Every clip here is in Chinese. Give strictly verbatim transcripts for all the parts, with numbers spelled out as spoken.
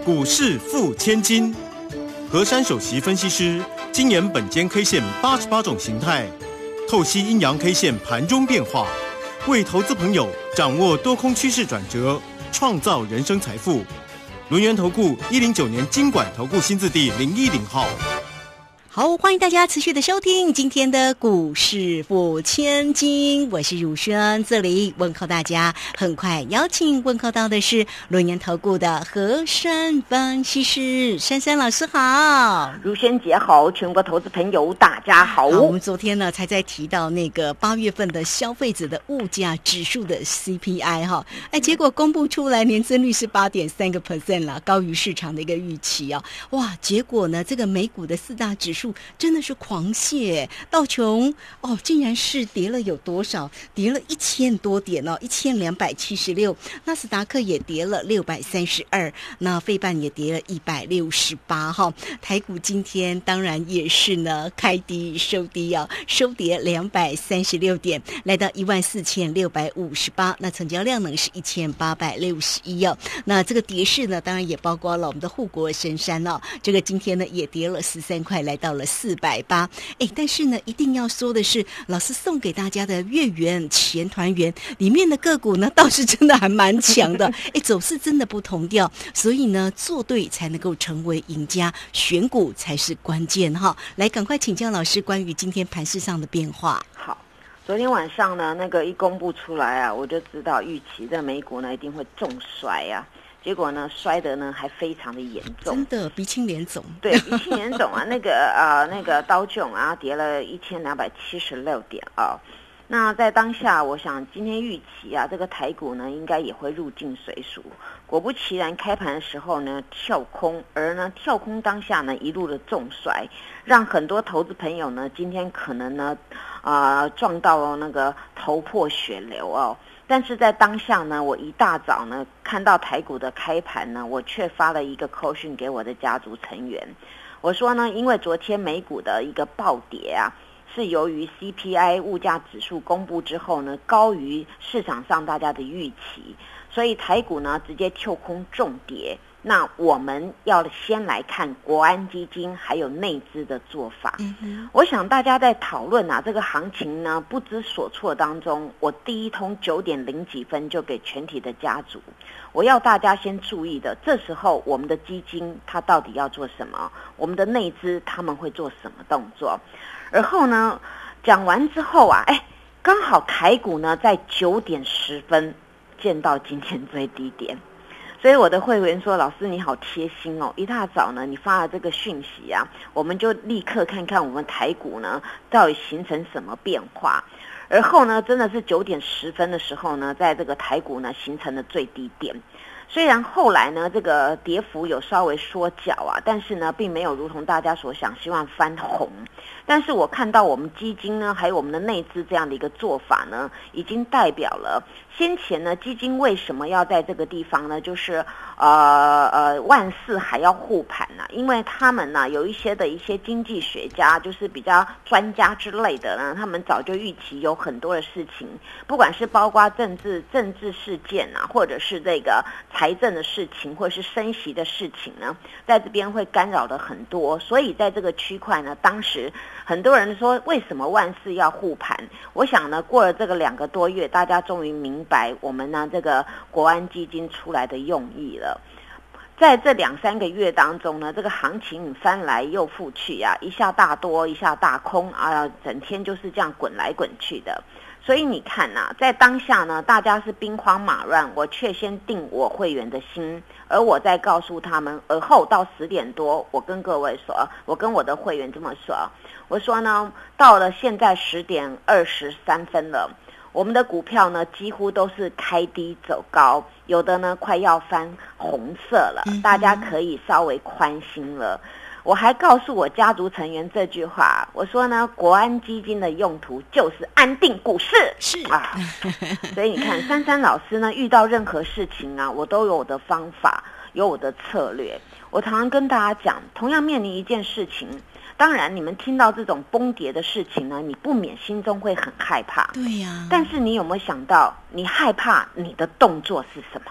股市付千金，和山首席分析师精研本间 K 线八十八种形态，透析阴阳 K 线盘中变化，为投资朋友掌握多空趋势转折，创造人生财富。轮源投顾一零九年金管投顾新字第零一零号。 好，欢迎大家持续的收听今天的股市付千金，我是汝轩，这里问候大家。很快邀请问候到的是轮源投顾的和山分析师珊珊老师好。 汝轩姐好，全国投资朋友大家好。 好，我们昨天呢才在提到那个八月份的消费者的物价指数的 C P I 哈，哎，结果公布出来年增率是 八点三个 percent 啦，高于市场的一个预期啊。哇，结果呢这个美股的四大指数真的是狂泻，道琼哦竟然是跌了有多少？跌了一千多点哦，一千两百七十六。纳斯达克也跌了六百三十二，那费半也跌了一百六十八哈。台股今天当然也是呢，开低收低啊，收跌两百三十六点，来到一万四千六百五十八。那成交量呢是一千八百六十一哦。那这个跌势呢，当然也包括了我们的护国神山哦，这个今天呢也跌了十三块，来到了四百八。哎，但是呢，一定要说的是，老师送给大家的月圆钱团圆里面的个股呢，倒是真的还蛮强的。哎，走势真的不同调，所以呢，做对才能够成为赢家，选股才是关键哈。来，赶快请教老师关于今天盘势上的变化。 好，昨天晚上呢，那个一公布出来啊，我就知道预期的美股呢一定会重摔啊。结果呢，摔得呢还非常的严重， 真的鼻青脸肿。 对，鼻青脸肿啊，那个呃，那个道琼啊，跌了一千两百七十六点啊。那在当下，我想今天预期啊，这个台股呢应该也会入境水俗。果不其然，开盘的时候呢跳空，而呢跳空当下呢一路的重摔，让很多投资朋友呢今天可能呢啊、呃、撞到那个头破血流哦。但是在当下呢，我一大早呢看到台股的开盘呢，我却发了一个扣讯给我的家族成员，我说呢，因为昨天美股的一个暴跌啊，是由于 C P I 物价指数公布之后呢，高于市场上大家的预期，所以台股呢直接跳空重跌。那我们要先来看国安基金还有内资的做法。嗯、我想大家在讨论啊这个行情呢不知所措当中，我第一通九点零几分就给全体的家族，我要大家先注意的，这时候我们的基金它到底要做什么，我们的内资他们会做什么动作。而后呢讲完之后啊，哎，刚好台股呢在九点十分见到今天最低点。所以我的会员说，老师你好贴心哦，一大早呢你发了这个讯息啊，我们就立刻看看我们台股呢到底形成什么变化。而后呢真的是九点十分的时候呢，在这个台股呢形成了最低点。虽然后来呢这个跌幅有稍微缩脚啊，但是呢并没有如同大家所想希望翻红。但是我看到我们基金呢还有我们的内资这样的一个做法呢，已经代表了先前呢基金为什么要在这个地方呢，就是呃呃万四还要护盘呢、啊？因为他们呢有一些的一些经济学家，就是比较专家之类的呢，他们早就预期有很多的事情，不管是包括政治政治事件啊，或者是这个财政的事情，或者是升息的事情呢，在这边会干扰的很多。所以在这个区块呢，当时很多人说为什么万四要护盘？我想呢，过了这个两个多月，大家终于明白我们呢这个国安基金出来的用意了。在这两三个月当中呢，这个行情翻来又覆去啊，一下大多，一下大空啊，整天就是这样滚来滚去的。所以你看啊，在当下呢，大家是兵荒马乱，我却先定我会员的心，而我再告诉他们，而后到十点多，我跟各位说，我跟我的会员这么说，我说呢，到了现在十点二十三分了，我们的股票呢几乎都是开低走高，有的呢快要翻红色了，大家可以稍微宽心了。我还告诉我家族成员这句话，我说呢，国安基金的用途就是安定股市， 是啊。所以你看，珊珊老师呢，遇到任何事情啊，我都有我的方法，有我的策略。我常常跟大家讲，同样面临一件事情，当然你们听到这种崩跌的事情呢，你不免心中会很害怕。 对呀、啊。 但是你有没有想到，你害怕你的动作是什么？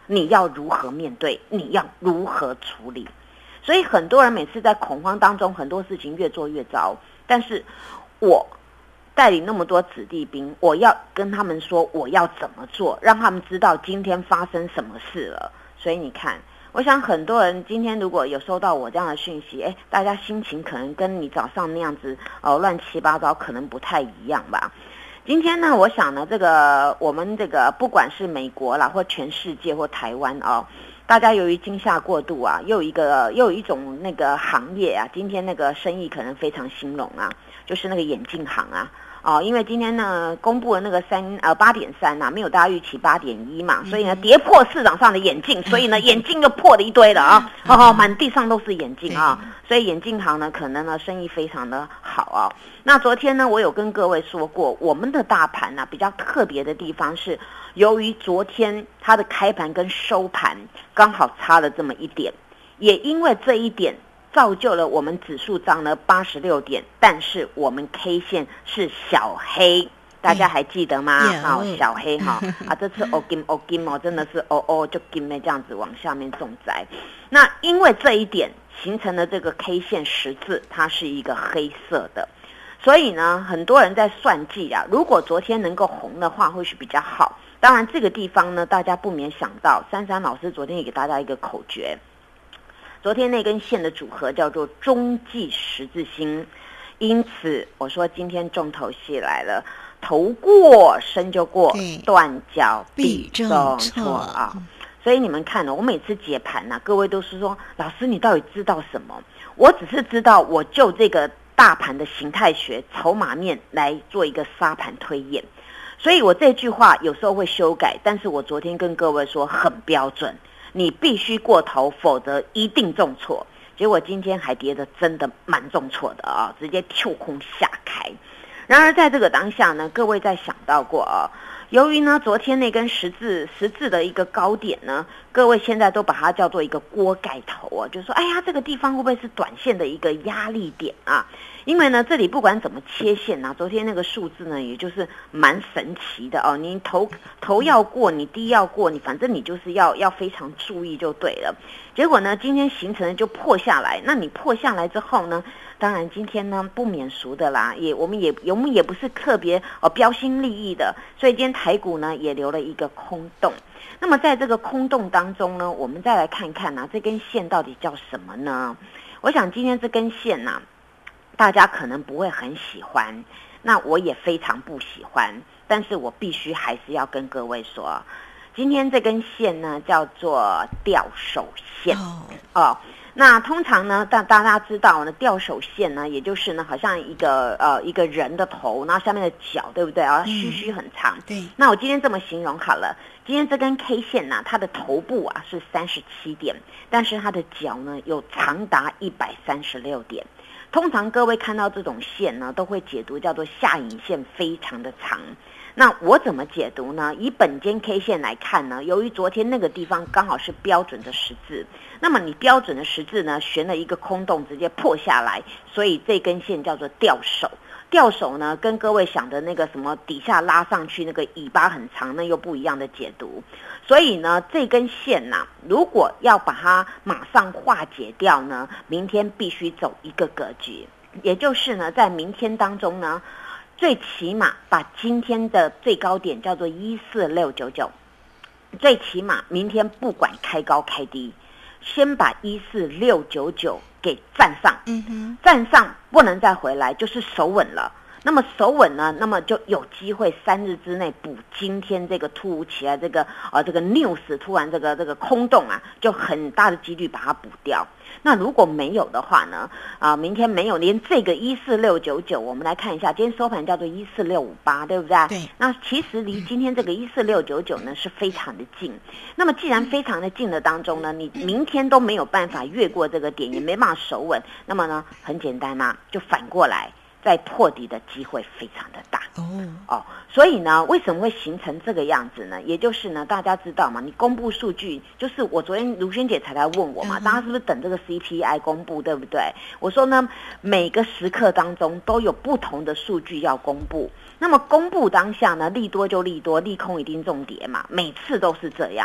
你要如何面对，你要如何处理。所以很多人每次在恐慌当中，很多事情越做越糟，但是我带领那么多子弟兵，我要跟他们说我要怎么做，让他们知道今天发生什么事了。所以你看，我想很多人今天如果有收到我这样的讯息，哎，大家心情可能跟你早上那样子哦乱七八糟，可能不太一样吧。今天呢，我想呢，这个我们这个不管是美国啦，或全世界或台湾哦，大家由于惊吓过度啊，又有一个又有一种那个行业啊，今天那个生意可能非常兴隆啊，就是那个眼镜行啊。哦，因为今天呢公布了那个三呃八点三呐，没有大家预期八点一嘛，所以呢跌破市场上的眼镜，所以呢眼镜又破了一堆了啊，哦，满地上都是眼镜啊，所以眼镜行呢可能呢生意非常的好啊。那昨天呢我有跟各位说过，我们的大盘呢、啊、比较特别的地方是，由于昨天它的开盘跟收盘刚好差了这么一点，也因为这一点。造就了我们指数涨了八十六点，但是我们 K 线是小黑，大家还记得吗？啊、yeah, 哦，小黑哈啊，这次哦金哦金哦，真的是哦哦就金的这样子往下面重栽。那因为这一点形成了这个 K 线十字，它是一个黑色的，所以呢，很多人在算计啊，如果昨天能够红的话，会是比较好。当然，这个地方呢，大家不免想到，珊珊老师昨天也给大家一个口诀。昨天那根线的组合叫做中继十字星，因此我说今天重头戏来了，头过身就过，断脚必重错啊！所以你们看了、哦，我每次解盘啊，各位都是说，老师你到底知道什么？我只是知道，我就这个大盘的形态学、筹码面来做一个沙盘推演。所以我这句话有时候会修改，但是我昨天跟各位说很标准。你必须过头，否则一定重挫。结果今天还跌得真的蛮重挫的啊，直接跳空下开。然而在这个当下呢，各位在想到过啊，由于呢昨天那根十字十字的一个高点呢，各位现在都把它叫做一个锅盖头啊，就说哎呀这个地方会不会是短线的一个压力点啊？因为呢，这里不管怎么切线啊，昨天那个数字呢，也就是蛮神奇的哦。你头头要过，你低要过，你反正你就是要要非常注意就对了。结果呢，今天形成的就破下来。那你破下来之后呢，当然今天呢不免俗的啦，也我们也我们也不是特别哦标新立异的，所以今天台股呢也留了一个空洞。那么在这个空洞当中呢，我们再来看看啊，这根线到底叫什么呢？我想今天这根线啊。大家可能不会很喜欢，那我也非常不喜欢，但是我必须还是要跟各位说，今天这根线呢叫做吊手线哦。哦那通常呢，大大家知道呢，吊手线呢，也就是呢，好像一个呃一个人的头，然后下面的脚，对不对啊？须须很长。对。那我今天这么形容好了，今天这根 K 线呢、啊，它的头部啊是三十七点，但是它的脚呢有长达一百三十六点。通常各位看到这种线呢，都会解读叫做下影线非常的长。那我怎么解读呢？以本间 K 线来看呢，由于昨天那个地方刚好是标准的十字，那么你标准的十字呢，悬了一个空洞，直接破下来，所以这根线叫做吊手。吊手呢，跟各位想的那个什么底下拉上去那个尾巴很长，那又不一样的解读。所以呢，这根线呐、啊，如果要把它马上化解掉呢，明天必须走一个格局，也就是呢，在明天当中呢，最起码把今天的最高点叫做一四六九九，最起码明天不管开高开低，先把一四六九九给站上，嗯哼，站上不能再回来，就是守稳了。那么守稳呢，那么就有机会三日之内补今天这个突如其来这个呃这个 news 突然这个这个空洞啊，就很大的几率把它补掉。那如果没有的话呢，啊、呃，明天没有连这个一四六九九，我们来看一下，今天收盘叫做一四六五八，对不对？对。那其实离今天这个一四六九九呢是非常的近。那么既然非常的近的当中呢，你明天都没有办法越过这个点，也没办法守稳，那么呢，很简单嘛，就反过来。再破底的机会非常的大哦哦，所以呢，为什么会形成这个样子呢？也就是呢，大家知道嘛，你公布数据，就是我昨天卢萱姐才来问我嘛，大家是不是等这个 C P I 公布，对不对？我说呢，每个时刻当中都有不同的数据要公布，那么公布当下呢，利多就利多，利空一定重跌嘛，每次都是这样。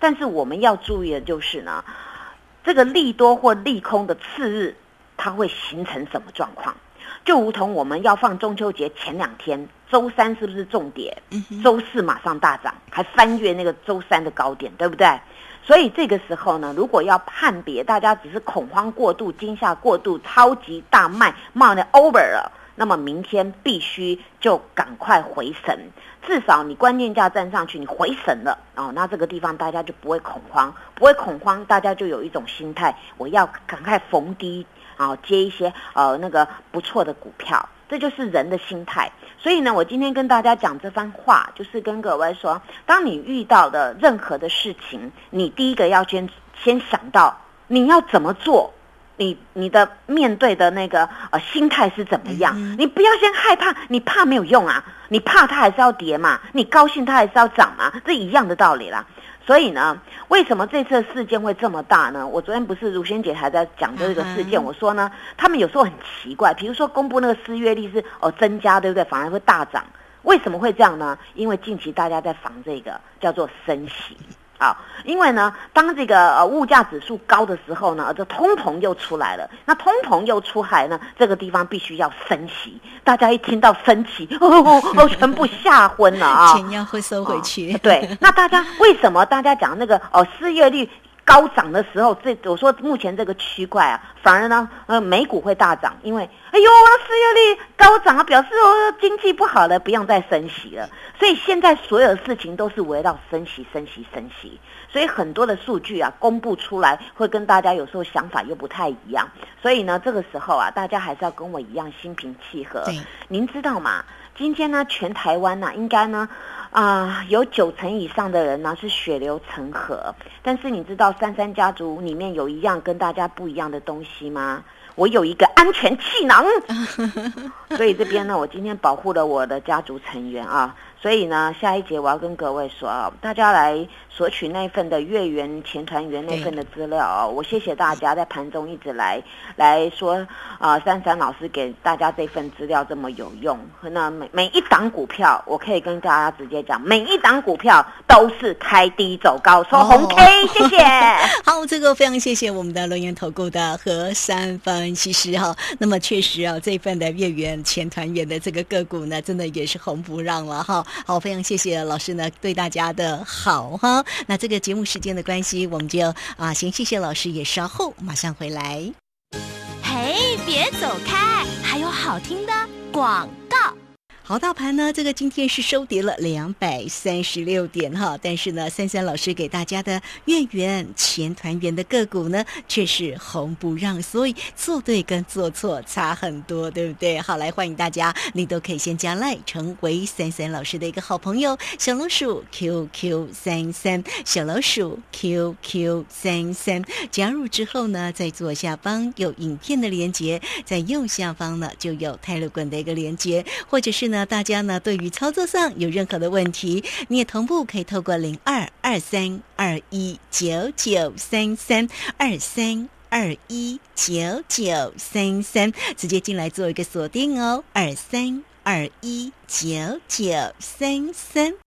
但是我们要注意的就是呢，这个利多或利空的次日，它会形成什么状况？就如同我们要放中秋节前两天，周三是不是重跌？周四马上大涨，还翻越那个周三的高点，对不对？所以这个时候呢，如果要判别大家只是恐慌过度、惊吓过度、超级大卖，卖的 over 了，那么明天必须就赶快回神，至少你关键价站上去，你回神了哦，那这个地方大家就不会恐慌，不会恐慌，大家就有一种心态，我要赶快逢低啊接一些呃那个不错的股票。这就是人的心态。所以呢，我今天跟大家讲这番话，就是跟各位说，当你遇到的任何的事情，你第一个要先先想到你要怎么做，你你的面对的那个呃心态是怎么样？嗯、你不要先害怕，你怕没有用啊，你怕它还是要跌嘛，你高兴它还是要涨嘛，这一样的道理啦。所以呢，为什么这次的事件会这么大呢？我昨天不是如仙姐还在讲这个事件，我说呢，他们有时候很奇怪，比如说公布那个失业率是哦增加，对不对？反而会大涨，为什么会这样呢？因为近期大家在防这个叫做升息。好，因为呢，当这个呃物价指数高的时候呢，这通膨又出来了。那通膨又出来呢，这个地方必须要升息。大家一听到升息，哦哦哦，全部吓昏了啊！ 钱要会收回去。 哦、对，那大家为什么大家讲那个哦失业率高涨的时候，这我说目前这个区块啊，反而呢，呃，美股会大涨，因为哎呦，失业率高涨啊，表示哦经济不好了，不用再升息了。所以现在所有的事情都是围绕升息、升息、升息。所以很多的数据啊公布出来，会跟大家有时候想法又不太一样。所以呢，这个时候啊，大家还是要跟我一样心平气和。您知道吗？今天呢，全台湾呢、啊，应该呢。啊、呃，有九成以上的人呢是血流成河，但是你知道三三家族里面有一样跟大家不一样的东西吗？我有一个安全气囊，所以这边呢，我今天保护了我的家族成员啊。所以呢，下一节我要跟各位说啊，大家来索取那份的月圆前团圆那份的资料啊，我谢谢大家在盘中一直来来说啊、呃，珊珊老师给大家这份资料这么有用。那每每一档股票，我可以跟大家直接讲，每一档股票都是开低走高，收红 K，、哦、谢谢。 好，这个非常谢谢我们的轮源投顾的何珊分析师哈。那么确实啊，这份的月圆前团圆的这个个股呢，真的也是红不让了哈。好，非常谢谢老师呢对大家的好哈。那这个节目时间的关系，我们就啊先谢谢老师，也稍后马上回来。 嘿，别走开，还有好听的广告。 好，大盘呢，这个今天是收跌了两百三十六点哈，但是呢，珊珊老师给大家的月圆前团圆的个股呢，却是红不让，所以做对跟做错差很多，对不对？好，来欢迎大家，你都可以先加赖成为珊珊老师的一个好朋友，小老鼠 Q Q 三三，小老鼠 Q Q 三三，加入之后呢，在左下方有影片的连结，在右下方呢就有泰勒滚的一个连结，或者是呢。大家呢对于操作上有任何的问题，你也同步可以透过零二二三二一九九三三二三二一九九三三直接进来做一个锁定哦，二三二一九九三三。